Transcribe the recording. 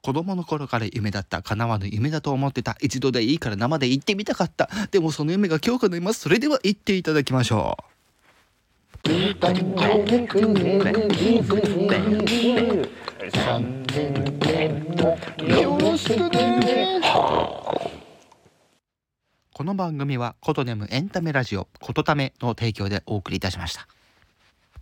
子供の頃から夢だった、叶わぬ夢だと思ってた、一度でいいから生で行ってみたかった。でもその夢が今日叶います。それでは行っていただきましょう。この番組はコトネムエンタメラジオコトタメの提供でお送りいたしました。